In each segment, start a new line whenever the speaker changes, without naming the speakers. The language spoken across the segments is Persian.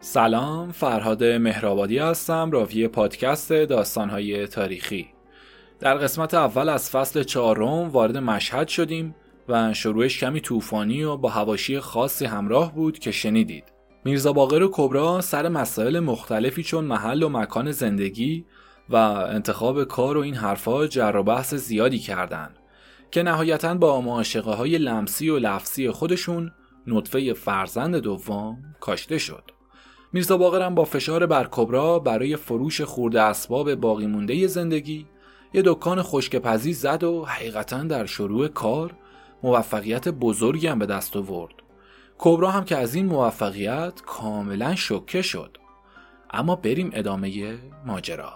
سلام، فرهاد مهرآبادی هستم، راوی پادکست داستان‌های تاریخی. در قسمت اول از فصل 4 وارد مشهد شدیم و شروعش کمی طوفانی و با حواشی خاصی همراه بود که شنیدید. میرزا باقر و کبرا سر مسائل مختلفی چون محل و مکان زندگی و انتخاب کار و این حرفا جر و بحث زیادی کردن که نهایتاً با معاشقه‌های لمسی و لفظی خودشون نطفه فرزند دوم کاشته شد. میرزا باقر هم با فشار بر کبرا برای فروش خورده اسباب باقی مونده زندگی یه دکان خشک‌پزی زد و حقیقتاً در شروع کار موفقیت بزرگی هم به دست آورد. کبرا هم که از این موفقیت کاملاً شوکه شد. اما بریم ادامه ماجرا.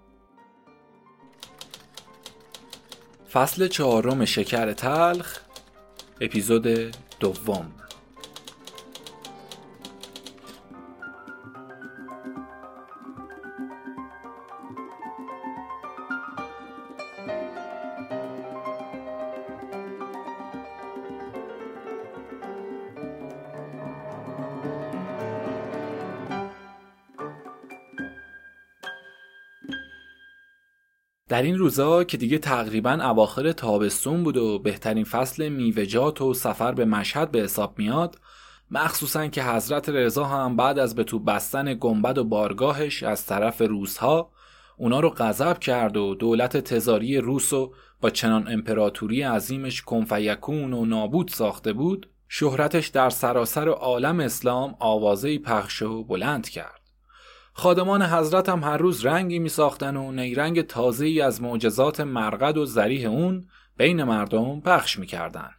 فصل 4 شکر تلخ، اپیزود 2. در این روزا که دیگه تقریباً اواخر تابستون بود و بهترین فصل میوه‌جات و سفر به مشهد به حساب میاد، مخصوصاً که حضرت رضا هم بعد از به تو بستن گنبد و بارگاهش از طرف روس‌ها اونا رو غضب کرد و دولت تزاری روسو با چنان امپراتوری عظیمش کن فیکون و نابود ساخته بود، شهرتش در سراسر عالم اسلام آوازه‌ای پخش و بلند کرد. خادمان حضرت هم هر روز رنگی می ساختن و نیرنگ تازه‌ای از معجزات مرقد و ذریح اون بین مردم پخش می کردن.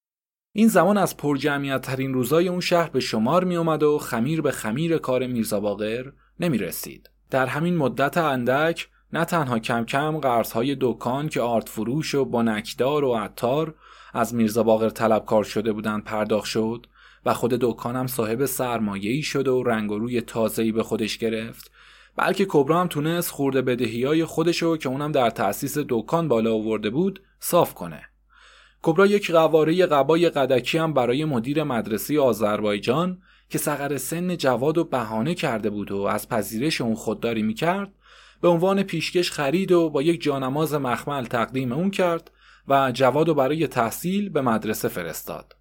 این زمان از پرجمعیت ترین روزای اون شهر به شمار می اومد و خمیر به خمیر کار میرزا باقر نمی رسید. در همین مدت اندک نه تنها کم کم قرضهای دکان که آرد فروش و بنکدار و عطار از میرزا باقر طلبکار شده بودن پرداخت شد و خود دکانم صاحب سرمایه‌ای شد و رنگ و روی تازه‌ای به خودش گرفت، بلکه کبرا هم تونست خورده بدهیای خودشو که اونم در تأسیس دکان بالا آورده بود صاف کنه. کبرا یک قواره قبای قدکی هم برای مدیر مدرسه آذربایجان که صغر سن جواد و بهانه کرده بود و از پذیرش اون خودداری میکرد به عنوان پیشکش خرید و با یک جانماز مخمل تقدیم اون کرد و جوادو برای تحصیل به مدرسه فرستاد.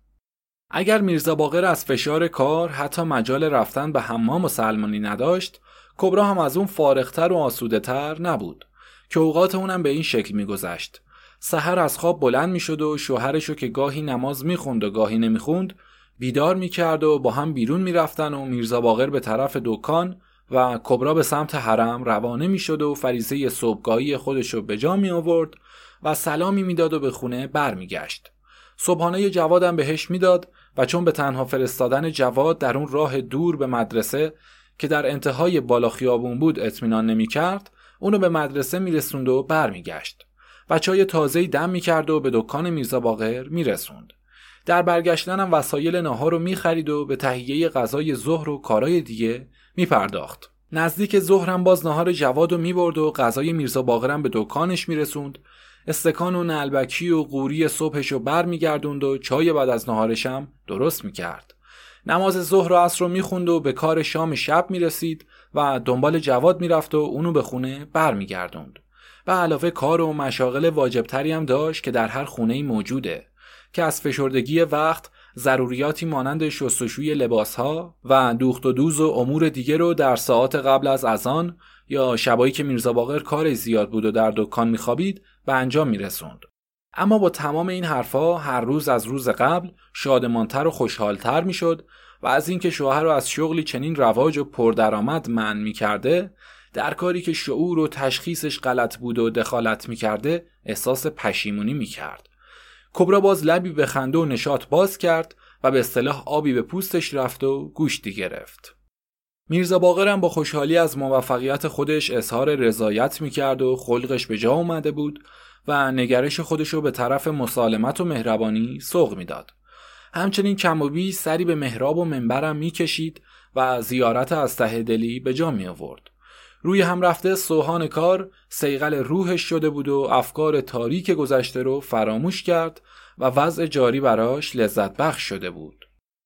اگر میرزا باقر از فشار کار حتی مجال رفتن به حمام و سلمانی نداشت، کبرا هم از اون فارغتر و آسوده تر نبود که اوقات اونم به این شکل میگذشت. سحر از خواب بلند میشد و شوهرشو که گاهی نماز میخوند و گاهی نمیخوند بیدار میکرد و با هم بیرون میرفتن و میرزا باقر به طرف دکان و کبرا به سمت حرم روانه میشد و فریضه صبحگاهی خودشو به جا می آورد و سلامی میداد و به خونه برمیگشت. صبحانه جوادم بهش میداد و چون به تنها فرستادن جواد در اون راه دور به مدرسه که در انتهای بالا خیابون بود اطمینان نمی‌کرد، اونو به مدرسه میرسوند و برمیگشت و چای تازه‌ای دم می‌کرد و به دکان میرزا باقر میرسوند. در برگشتن هم وسایل ناهار رو می‌خرید و به تهیه غذای ظهر و کارهای دیگه می‌پرداخت. نزدیک ظهر هم باز ناهار جواد رو می‌برد و غذای میرزا باقر هم به دکانش میرسوند. استکان و نعلبکی و قوری صبحشو بر میگردوند و چای بعد از نهارشم درست میکرد. نماز ظهر و عصر رو میخوند و به کار شام شب میرسید و دنبال جواد میرفت و اونو به خونه بر میگردوند. و علاوه کار و مشاغل واجبتری هم داشت که در هر خونه‌ای موجوده که از فشردگی وقت ضروریاتی مانند شستشوی لباسها و دوخت و دوز و امور دیگه رو در ساعات قبل از اذان یا شبایی که میرزا باقر کار زیاد بود و در دکان میخوابید به انجام میرسوند. اما با تمام این حرفا هر روز از روز قبل شادمانتر و خوشحالتر میشد و از اینکه شوهر رو از شغلی چنین رواج و پردرآمد منع میکرده، در کاری که شعور و تشخیصش غلط بود و دخالت میکرده احساس پشیمونی میکرد. کبرا باز لبی به خنده و نشاط باز کرد و به اصطلاح آبی به پوستش رفت و گوشتی گرفت. میرزا باقر هم با خوشحالی از موفقیت خودش اظهار رضایت میکرد و خلقش به جا اومده بود و نگرش خودشو به طرف مسالمت و مهربانی سوق میداد. همچنین کم و بیش سری به محراب و منبرم میکشید و زیارت از ته دلی به جا می آورد. روی هم رفته سوهان کار صیقل روحش شده بود و افکار تاریک گذشته رو فراموش کرد و وضع جاری براش لذت بخش شده بود.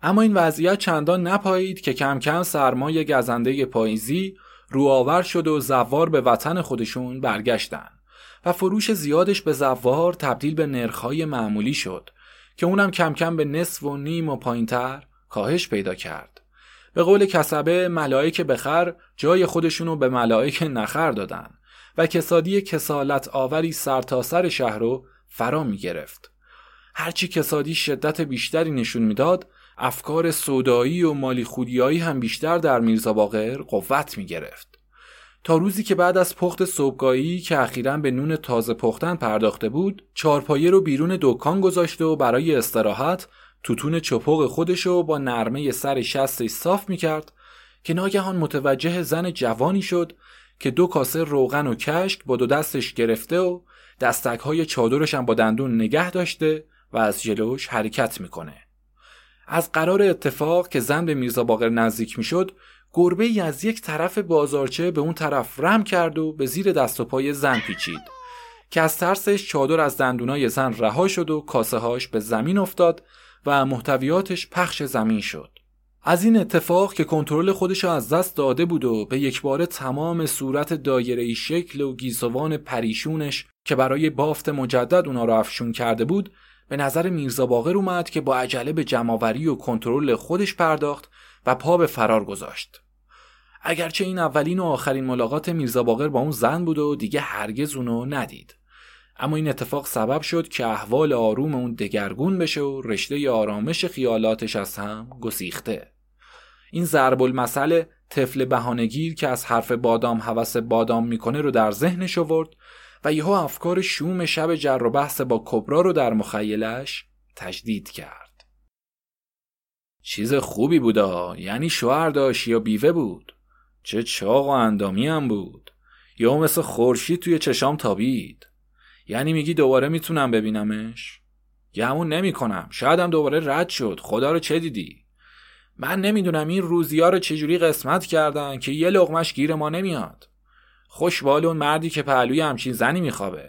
اما این وضعیت چندان نپایید که کم کم سرمای گزنده پاییزی رو آور شد و زوار به وطن خودشون برگشتن و فروش زیادش به زوار تبدیل به نرخ‌های معمولی شد که اونم کم کم به نصف و نیم و پایین‌تر کاهش پیدا کرد. به قول کسبه ملائک بخر جای خودشونو به ملائک نخر دادن و کسادی کسالت آوری سرتاسر شهر رو فرا می گرفت. هرچی کسادی شدت بیشتری نشون میداد، افکار سودایی و مالی خودیایی هم بیشتر در میرزا باقر قوت می گرفت. تا روزی که بعد از پخت صبحگاهی که اخیراً به نون تازه پختن پرداخته بود، چارپایه رو بیرون دکان گذاشت و برای استراحت توتون چپق خودشو با نرمه سر شستش صاف میکرد که ناگهان متوجه زن جوانی شد که 2 کاسه روغن و کشک با 2 دستش گرفته و دستک‌های چادرش هم با دندون نگه داشته و از جلوش حرکت میکنه. از قرار اتفاق که زن به میرزا باقر نزدیک میشد، گربه‌ای از یک طرف بازارچه به اون طرف رم کرد و به زیر دست و پای زن پیچید که از ترسش چادر از دندونای زن رها شد و کاسه‌هاش به زمین افتاد و محتویاتش پخش زمین شد. از این اتفاق که کنترل خودش از دست داده بود و به یکباره تمام صورت دایره‌ای شکل و گیسوان پریشونش که برای بافت مجدد اونا رو افشون کرده بود، به نظر میرزا باقر اومد که با عجله به جمع‌آوری و کنترل خودش پرداخت و پا به فرار گذاشت. اگرچه این اولین و آخرین ملاقات میرزا باقر با اون زن بود و دیگه هرگز اونو ندید، اما این اتفاق سبب شد که احوال آروم اون دگرگون بشه و رشته آرامش خیالاتش از هم گسیخته. این ضرب المثل طفل بهانه‌گیر که از حرف بادام هوس بادام میکنه رو در ذهنش آورد و یهو افکار شوم شب جر و بحث با کبرا رو در مخیلش تجدید کرد. چیز خوبی بودا، یعنی شوهر داشت یا بیوه بود؟ چه چاق و اندامی هم بود، یا مثل خورشید توی چشام تابید. یعنی میگی دوباره میتونم ببینمش؟ گمون نمی کنم، شاید هم دوباره رد شد. خدا رو چه دیدی؟ من نمیدونم این روزی‌ها رو چجوری قسمت کردن که یه لقمش گیر ما نمیاد. خوشبال اون مردی که پهلوی همچین زنی میخوابه.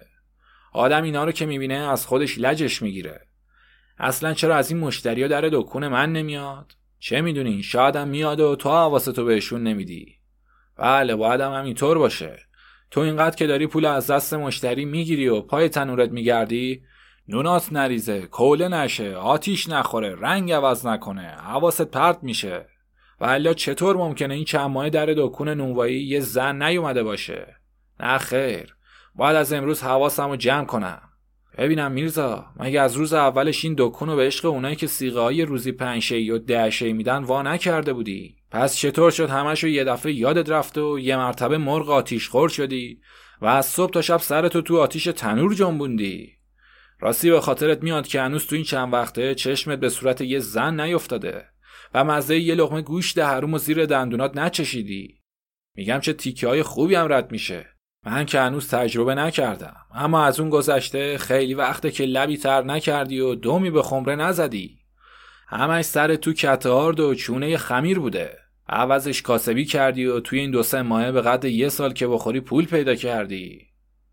آدم اینا رو که میبینه از خودش لجش میگیره. اصلا چرا از این مشتریا در دکون من نمیاد؟ چه میدونی؟ شاید هم میاد و تو حواستو بهشون نمیدی. بله، باید هم همینطور باشه. تو اینقدر که داری پول از دست مشتری میگیری و پای تنورت میگردی، نونات نریزه، کوله نشه، آتیش نخوره، رنگ عوض نکنه، حواست پرت میشه. والا چطور ممکنه این چند ماه در دکون نونوایی یه زن نیومده باشه؟ نه خیر، باید از امروز حواسمو جمع کنم. ببینم میرزا، مگه از روز اولش این دکونو به عشق اونایی که صیغه های روزی 5 شی و 10 شی میدن وا نکرده بودی؟ پس چطور شد همشو یه دفعه یادت رفت و یه مرتبه مرغ آتیش خور شدی و از صبح تا شب سرتو تو آتیش تنور جنبوندی؟ راستی به خاطرت میاد که هنوز تو این چند وقته چشمت به صورت یه زن نیفتاده و مزه یه لقمه گوشت حروم و زیر دندونات نچشیدی؟ میگم چه تیکه های خوبی هم رد میشه. من که هنوز تجربه نکردم، اما از اون گذشته خیلی وقته که لبی تر نکردی و دومی به خمره نزدی. همش سر تو کتهارد و چونه خمیر بوده. عوضش کاسبی کردی و توی این 2-3 ماه به قدر 1 سال که بخوری پول پیدا کردی.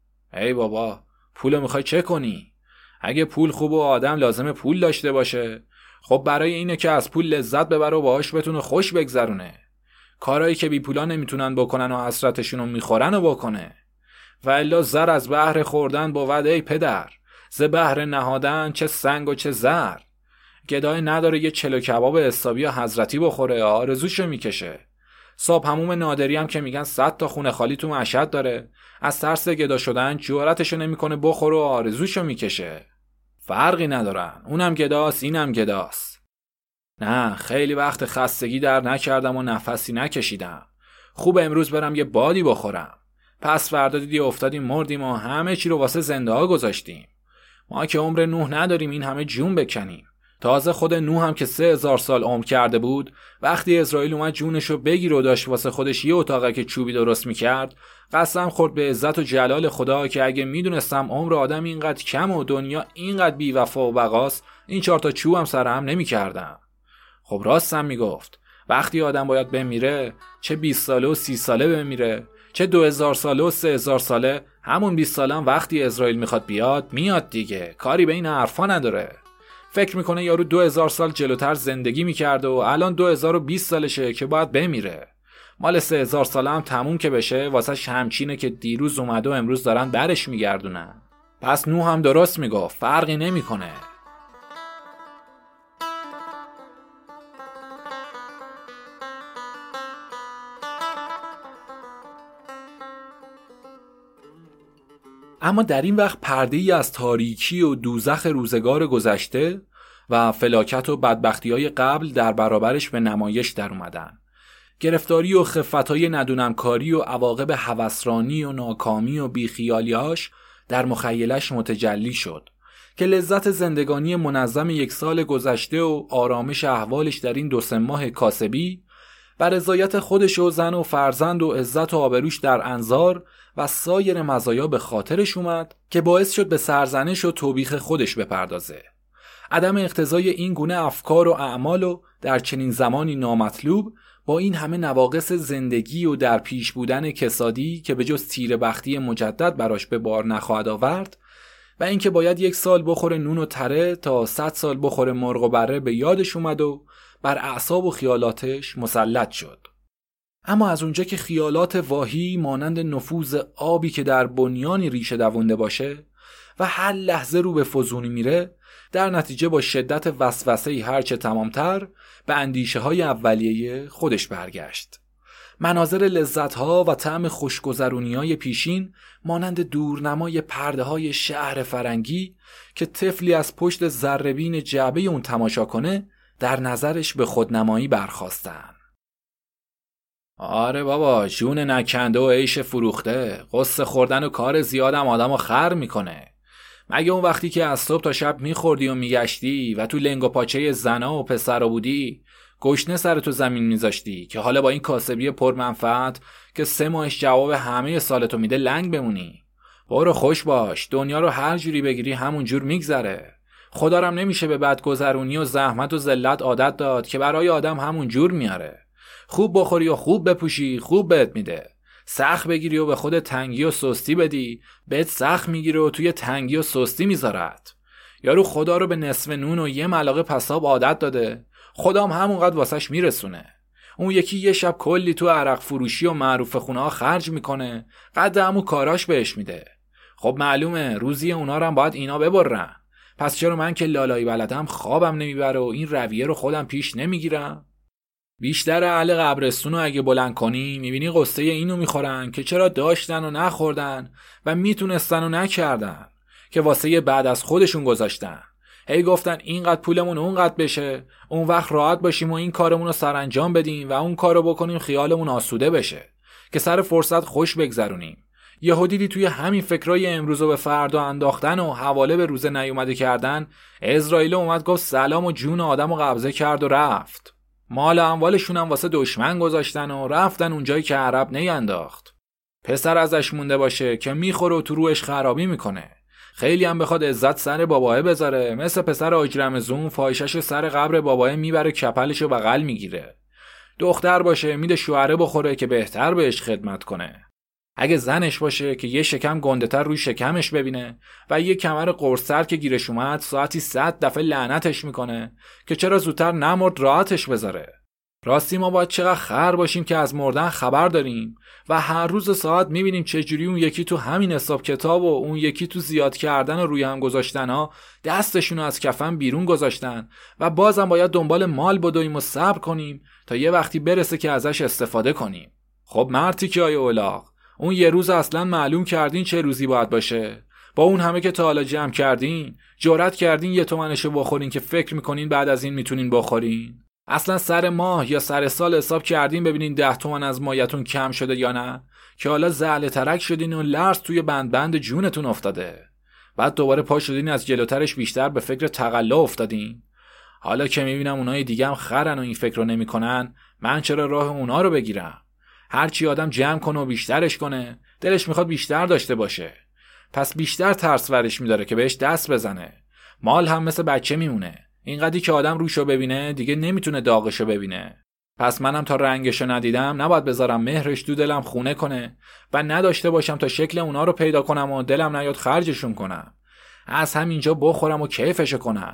ای بابا، پولو میخوای چه کنی؟ اگه پول خوب و آدم لازمه پول داشته باشه، خب برای اینه که از پول لذت ببره و باهاش بتونه خوش بگذرونه. کارهایی که بی پولا نمیتونن بکنن و حسرتشونو میخورن و بکنه. و الا زر از بحر خوردن بود ای پدر، ز بحر نهادن چه سنگ و چه زر. گدای نداره یه چلو کباب حسابی یا حضرتی بخوره، آرزوشو میکشه. صاحب هموم نادری هم که میگن 100 تا خونه خالی تو مشهد داره، از ترس گدا شدن جرأتشو نمیکنه بخوره و آرزوشو میکشه. فرقی ندارن، اونم گداست اینم گداست. نه، خیلی وقت خستگی در نکردم و نفسی نکشیدم. خوب امروز برم یه بادی بخورم. پس فردا دیدی افتادیم مردیم و همه چی رو واسه زنده ها گذاشتیم. ما که عمر نوح نداریم این همه جون بکنیم. تازه خود نوح هم که 3000 سال عمر کرده بود، وقتی اسرائیل اومد جونشو بگیر و داشت واسه خودش یه اتاقه که چوبی درست میکرد، قسم خورد به عزت و جلال خدا که اگه میدونستم عمر آدم اینقدر کم و دنیا اینقدر بی وفا و بقاست، این 4 تا چوب هم سر هم نمیکردم. خب راستم میگفت. وقتی آدم باید بمیره، چه 20 ساله و 30 ساله بمیره، چه 2000 ساله و 3000 ساله، همون 20 ساله هم وقتی اسرائیل میخواد بیاد میاد دیگه. کاری به این حرفا نداره. فکر میکنه یارو 2000 سال جلوتر زندگی میکرده و الان 2020 سالشه که باید بمیره. مال 3000 ساله هم تموم که بشه واسه همچینه که دیروز اومده و امروز دارن برش میگردونن. پس نوح هم درست میگفت، فرقی نمیکنه. اما در این وقت پرده‌ای از تاریکی و دوزخ روزگار گذشته و فلاکت و بدبختی‌های قبل در برابرش به نمایش در اومدن. گرفتاری و خفت‌های ندونمکاری و عواقب هوسرانی و ناکامی و بیخیالیاش در مخیلش متجلی شد که لذت زندگانی منظم 1 سال گذشته و آرامش احوالش در این 2-3 ماه کاسبی و رضایت خودش و زن و فرزند و عزت و آبروش در انظار و سایر مزایا به خاطرش اومد که باعث شد به سرزنش و توبیخ خودش بپردازه. عدم اقتضای این گونه افکار و اعمال و در چنین زمانی نامطلوب با این همه نواقص زندگی و در پیش بودن کسادی که به جز تیر بختی مجدد براش به بار نخواهد آورد و اینکه باید 1 سال بخوره نون و تره تا 100 سال بخوره مرغ و بره به یادش اومد و بر اعصاب و خیالاتش مسلط شد. اما از اونجا که خیالات واهی مانند نفوذ آبی که در بنیانی ریشه دوونده باشه و هر لحظه رو به فزونی میره، در نتیجه با شدت وسوسه‌ای هرچه تمامتر به اندیشه های اولیه خودش برگشت. مناظر لذت‌ها و طعم خوشگذرونی‌های پیشین مانند دورنمای پرده‌های شهر فرنگی که طفلی از پشت ذره‌بین جعبه اون تماشا کنه در نظرش به خودنمایی برخاستن. آره بابا، جون نکنده و عیش فروخته، قصه خوردن و کار زیادم آدمو خر میکنه. مگه اون وقتی که از صبح تا شب میخوردی و میگشتی و تو لنگ و پاچه زنا و پسرا بودی گشنه سر تو زمین میذاشتی که حالا با این کاسبی پرمنفعت که 3 ماهش جواب همه سالتو میده لنگ بمونی؟ برو خوش باش، دنیا رو هر جوری بگیری همون جور میگذره. خدا رم نمیشه به بدگذرونی و زحمت و ذلت عادت داد که برای آدم همون جور میاره. خوب بخوری و خوب بپوشی خوب بهت میده. سخت بگیری و به خود تنگی و سستی بدی بهت سخت میگیره و توی تنگی و سستی میذارد. یارو خدا رو به نصف نون و 1 ملعقه پساب عادت داده، خدام همونقدر واسش میرسونه. اون یکی یه شب کلی تو عرق فروشی و معروف خونه ها خرج میکنه، قدر همون کاراش بهش میده. خب معلومه روزی اونا رو هم باید اینا ببرن. پس چرا من که لالایی بلدم خوابم نمیبره و این رویه رو خودم پیش نمیگیرم؟ بیشتر اهل قبرستون رو اگه بلند کنی میبینی قصه اینو میخورن که چرا داشتن و نخوردن و میتونستن و نکردن که واسه بعد از خودشون گذاشتن. هی گفتن اینقدر پولمون اونقدر بشه، اون وقت راحت باشیم و این کارمون رو سرانجام بدیم و اون کارو بکنیم خیالمون آسوده بشه که سر فرصت خوش بگذرونیم. یهودی توی همین فکرای امروز و به فردا انداختن و حواله به روز نیومده کردن، اسرائیل اومد گفت سلام و جون آدمو قبضه کرد و رفت. مال اموالشون هم واسه دشمن گذاشتن و رفتن اونجایی که عرب نینداخت. پسر ازش مونده باشه که میخوره و تو روش خرابی میکنه. خیلی هم بخواد عزت سر باباه بذاره، مثل پسر آجرمزون فاحشش سر قبر باباه میبره کپلشو بغل میگیره. دختر باشه میده شوهره بخوره که بهتر بهش خدمت کنه. اگه زنش باشه که یه شکم گنده‌تر روی شکمش ببینه و یه کمر قرصر که گیرش اومد ساعتی 100 دفعه لعنتش میکنه که چرا زودتر نمرد راحتش بذاره. راستی ما باید چقدر خر باشیم که از مردن خبر داریم و هر روز ساعت میبینیم چجوری اون یکی تو همین حساب کتاب و اون یکی تو زیاد کردن و روی هم گذاشتن ها دستشونو از کفن بیرون گذاشتن و بازم باید دنبال مال بدویم و صبر کنیم تا یه وقتی برسه که ازش استفاده کنیم. خب مرتی که آیه اولاغ، اون یه روز اصلا معلوم کردین چه روزی باید باشه؟ با اون همه که تا حالا جمع کردین جرأت کردین 1 تومنشو بخورین که فکر میکنین بعد از این میتونین بخورین؟ اصلا سر ماه یا سر سال حساب کردین ببینین 10 تومن از مایتون کم شده یا نه؟ که حالا زعل ترک شدین و لرز توی بند جونتون افتاده. بعد دوباره پا شدین از جلوترش بیشتر به فکر تقلا افتادین. حالا که میبینم اونای دیگه هم خرن و این فکر رو نمیکنن، من چرا راه اونا رو بگیرم؟ هرچی آدم جمع کنه و بیشترش کنه دلش میخواد بیشتر داشته باشه، پس بیشتر ترس ورش میداره که بهش دست بزنه. مال هم مثل بچه میمونه، اینقدری که آدم روشو ببینه دیگه نمیتونه داغشو ببینه. پس منم تا رنگشو ندیدم نباید بذارم مهرش تو دلم خونه کنه و نداشته باشم تا شکل اونا رو پیدا کنم و دلم نیاد خرجشون کنم. از همینجا بخورم و کیفشو کنم.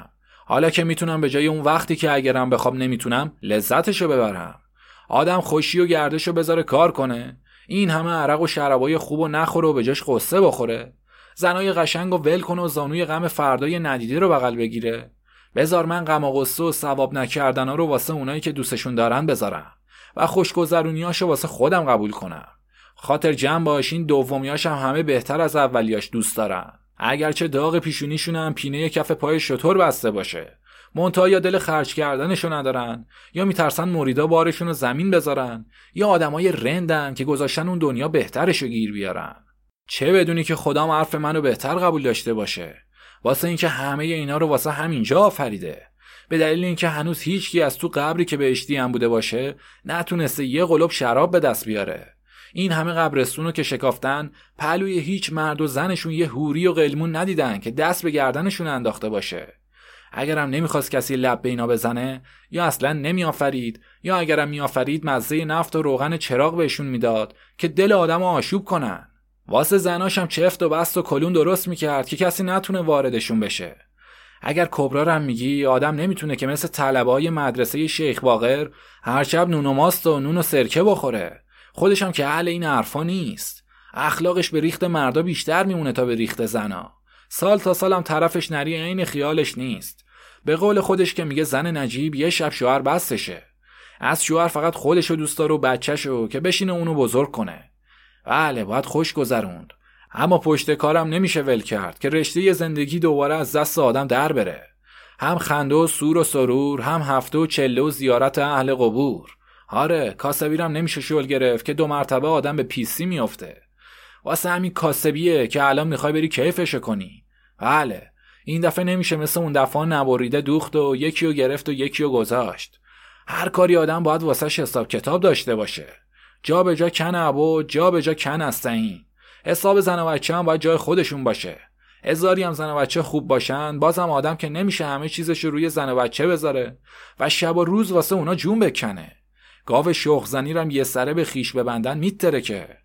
حالا که میتونم به جای اون وقتی که اگرم بخوام نمیتونم لذتشو ببرم. آدم خوشی و گردشو بذاره کار کنه، این همه عرق و شرابای خوبو نخوره و به جاش قصه بخوره. زنای قشنگو ول کنه و زانوی غم فردای ندیده رو بغل بگیره. بذار من غم و غصه و ثواب نکردنا رو واسه اونایی که دوستشون دارن بذارم و خوشگذرونیاشو واسه خودم قبول کنم. خاطر جمع باشین دومیاش هم همه بهتر از اولیاش دوست دارن. اگرچه داغ پیشونیشون هم پینه کف پای شتر بسته باشه، منتها یا دل خرج کردنشو ندارن یا میترسن مریدا بارشون رو زمین بذارن یا آدمای رندن که گذاشتن اون دنیا بهترشو گیر بیارن. چه بدونی که خدام حرف منو بهتر قبول داشته باشه، واسه اینکه همه اینا رو واسه همینجا آفریده. به دلیل اینکه هنوز هیچکی از تو قبری که بهشتی هم بوده باشه نتونسته یه قلوب شراب به دست بیاره. این همه قبرستونو که شکافتن، پهلوی هیچ مرد و زنشون یه حوری و قلمون ندیدن که دست به گردنشون انداخته باشه. اگرم نمیخواست کسی لب به اینا بزنه، یا اصلا نمیآفرید، یا اگرم میآفرید مزه نفت و روغن چراغ بهشون میداد که دل آدمو آشوب کنن. واسه زناشم چفت و بست و کلون درست میکرد که کسی نتونه واردشون بشه. اگر کبرا رو هم میگی، آدم نمیتونه که مثل طلبه‌های مدرسه شیخ باقر هر شب نون و ماست و نون و سرکه بخوره. خودش هم که اهل این حرفا نیست. اخلاقش به ریخت مردا بیشتر میمونه تا به ریخت زنا. سال تا سالم طرفش نری عین خیالش نیست. به قول خودش که میگه زن نجیب یه شب شوهر بستشه. از شوهر فقط خودشو دوست داره و بچه‌شو که بشینه اونو بزرگ کنه. بله باید خوش گذروند، اما پشت کارم نمیشه ول کرد که رشته زندگی دوباره از دست آدم در بره. هم خنده و سور و سرور، هم هفته و چله و زیارت اهل قبور. آره کاسبیرم نمیشه شل گرفت که 2 مرتبه آدم به پیسی میفته. واسه همین کاسبیه که الان میخوای بری کیفش کنی. بله این دفعه نمیشه مثل اون دفعه نبریده دوخت و یکیو گرفت و یکیو گذاشت. هر کاری آدم باید واسش حساب کتاب داشته باشه. جا به جا کن ابو، جا به جا کن استعین. حساب زن و بچه هم باید جای خودشون باشه. هزاری هم زن و بچه خوب باشن، بازم آدم که نمیشه همه چیزش رو روی زن و بچه بذاره و شب و روز واسه اونا جون بکنه. گاو شوخ زنی رو هم یه سره به خیش ببندن میتره که.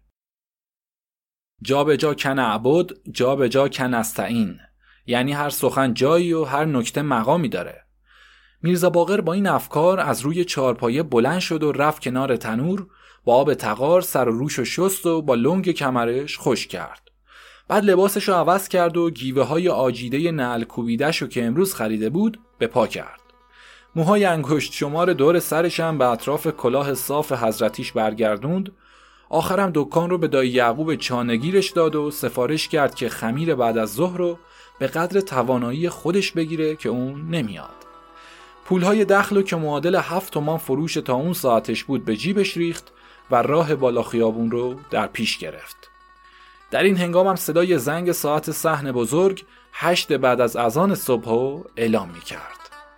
جا به جا کن عبد، جا به جا کن استعین. یعنی هر سخن جایی و هر نکته مقامی داره. میرزا باقر با این افکار از روی چارپایه بلند شد و رفت کنار تنور، با آب تغار سر و روشو شست و با لنگ کمرش خوش کرد. بعد لباسشو عوض کرد و گیوه های آجیده نعل کوبیده‌شو که امروز خریده بود به پا کرد. موهای انگشت شمار دور سرش هم به اطراف کلاه صاف حضرتیش برگردوند. آخرم دکان رو به دایی یعقوب چانگیرش داد و سفارش کرد که خمیر بعد از ظهر رو به قدر توانایی خودش بگیره که اون نمیاد. پولهای دخلو که معادل 7 تومان فروش تا اون ساعتش بود به جیبش ریخت و راه بالا خیابون رو در پیش گرفت. در این هنگام هم صدای زنگ ساعت صحن بزرگ 8 بعد از اذان صبح رو اعلام می کرد.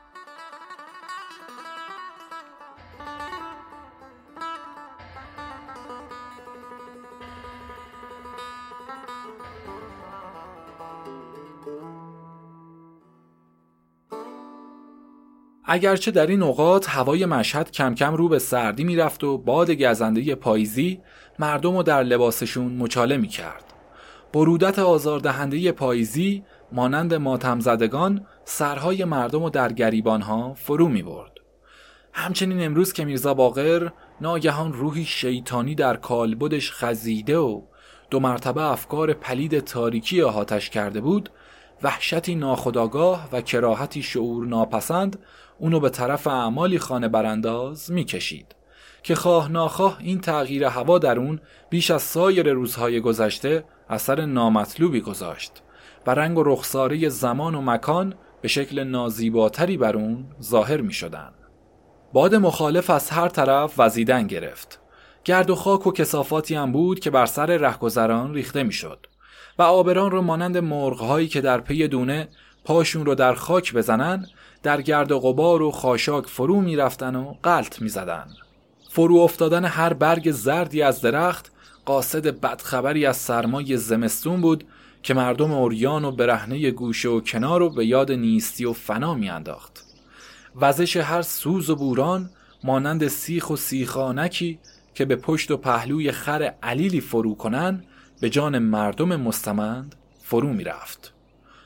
اگرچه در این اوقات هوای مشهد کم کم رو به سردی می رفت و باد گزنده پاییزی مردم رو در لباسشون مچاله می کرد. برودت آزاردهنده پاییزی مانند ماتم زدگان سرهای مردم رو در گریبانها فرو می برد. همچنین امروز که میرزا باقر ناگهان روحی شیطانی در کالبدش خزیده و 2 مرتبه افکار پلید تاریکی احاطش کرده بود، وحشتی ناخودآگاه و کراهتی شعور ناپسند اونو به طرف اعمالی خانه برانداز می کشید که خواه ناخواه این تغییر هوا در اون بیش از سایر روزهای گذشته اثر نامطلوبی گذاشت و رنگ و رخساره زمان و مکان به شکل نازیباتری بر اون ظاهر می شدن. باد مخالف از هر طرف وزیدن گرفت. گرد و خاک و کثافاتی هم بود که بر سر رهگذران ریخته می شد و آبران رو مانند مرغ‌هایی که در پی دونه پاشون رو در خاک بزنن در گرد و غبار و خاشاک فرو می رفتن و غلط می زدن. فرو افتادن هر برگ زردی از درخت قاصد بدخبری از سرمای زمستون بود که مردم عریان و برهنه گوشه و کنار رو به یاد نیستی و فنا می انداخت. وزش هر سوز و بوران مانند سیخ و سیخانکی که به پشت و پهلوی خر علیلی فرو کنن به جان مردم مستمند فرو می رفت.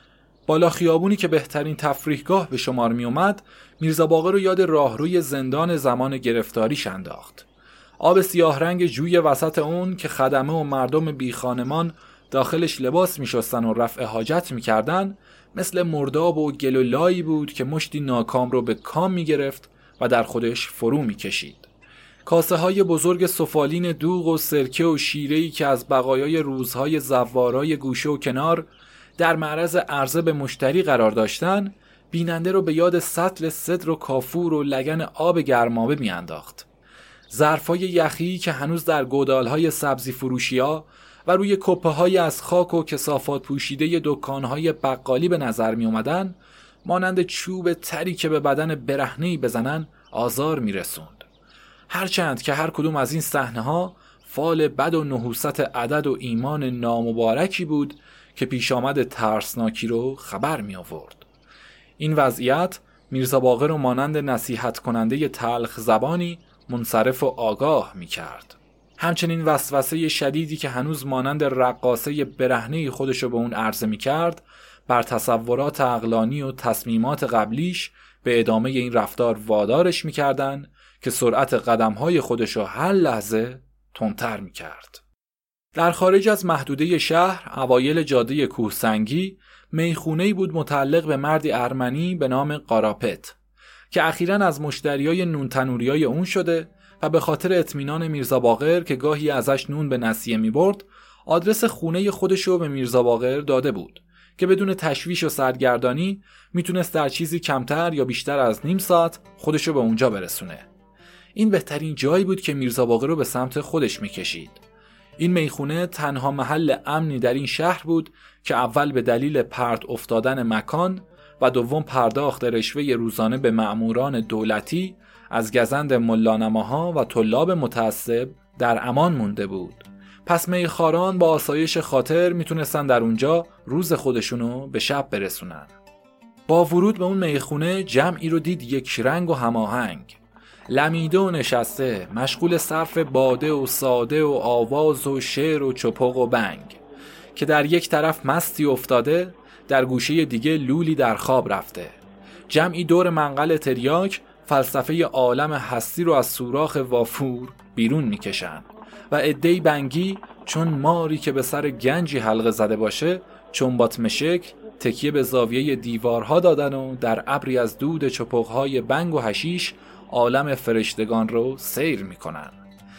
بالا خیابونی که بهترین تفریحگاه به شمار می اومد، میرزا باقر رو یاد راهروی زندان زمان گرفتاریش انداخت. آب سیاه رنگ جوی وسط اون که خدمه و مردم بی خانمان داخلش لباس می شستن و رفع حاجت می کردن، مثل مرداب و گل و لایی بود که مشتی ناکام رو به کام می گرفت و در خودش فرو می کشید. کاسه های بزرگ سفالین دوغ و سرکه و شیره‌ای که از بقایای روزهای زوارای گوشه و کنار در معرض عرضه به مشتری قرار داشتن، بیننده رو به یاد سطل سدر و کافور و لگن آب گرمابه می انداخت. ظرفای یخی که هنوز در گودالهای سبزی فروشی‌ها و روی کپه‌های از خاک و کثافات پوشیده دکان‌های بقالی به نظر می اومدن، مانند چوب تری که به بدن برهنه‌ای بزنن آزار می رسوند. هرچند که هر کدوم از این صحنه‌ها فال بد و نحوست عدد و ایمان نامبارکی بود که پیش آمد ترسناکی رو خبر می آورد. این وضعیت میرزا باقر رو مانند نصیحت کننده تلخ زبانی منصرف و آگاه می کرد. همچنین وسوسه شدیدی که هنوز مانند رقاصه برهنه خودش رو به اون عرضه می کرد، بر تصورات عقلانی و تصمیمات قبلیش به ادامه این رفتار وادارش می کردن که سرعت قدمهای خودش رو هر لحظه تندتر می کرد. در خارج از محدوده شهر، اوایل جاده کوهسنگی، میخونه‌ای بود متعلق به مردی ارمنی به نام قاراپت که اخیراً از مشتریای نون تنوریای اون شده و به خاطر اطمینان میرزا باقر که گاهی ازش نون به نسیه می‌برد، آدرس خونه خودشو به میرزا باقر داده بود که بدون تشویش و سرگردانی میتونست در چیزی کمتر یا بیشتر از نیم ساعت خودشو به اونجا برسونه. این بهترین جایی بود که میرزا باقر رو به سمت خودش میکشید. این میخونه تنها محل امنی در این شهر بود که اول به دلیل پرت افتادن مکان و دوم پرداخت رشوه روزانه به مأموران دولتی از گزند ملانماها و طلاب متعصب در امان مونده بود. پس میخواران با آسایش خاطر میتونستن در اونجا روز خودشونو به شب برسونن. با ورود به اون میخونه جمعی رو دید یک رنگ و هماهنگ، لمیده و نشسته، مشغول صرف باده و ساده و آواز و شعر و چپق و بنگ، که در یک طرف مستی افتاده، در گوشه دیگه لولی در خواب رفته. جمعی دور منقل تریاک فلسفه عالم هستی رو از سوراخ وافور بیرون میکشن و عده‌ای بنگی چون ماری که به سر گنجی حلقه زده باشه چون باطمه شکل تکیه به زاویه دیوارها دادن و در ابری از دود چپقهای بنگ و حشیش عالم فرشتگان رو سیر میکنن.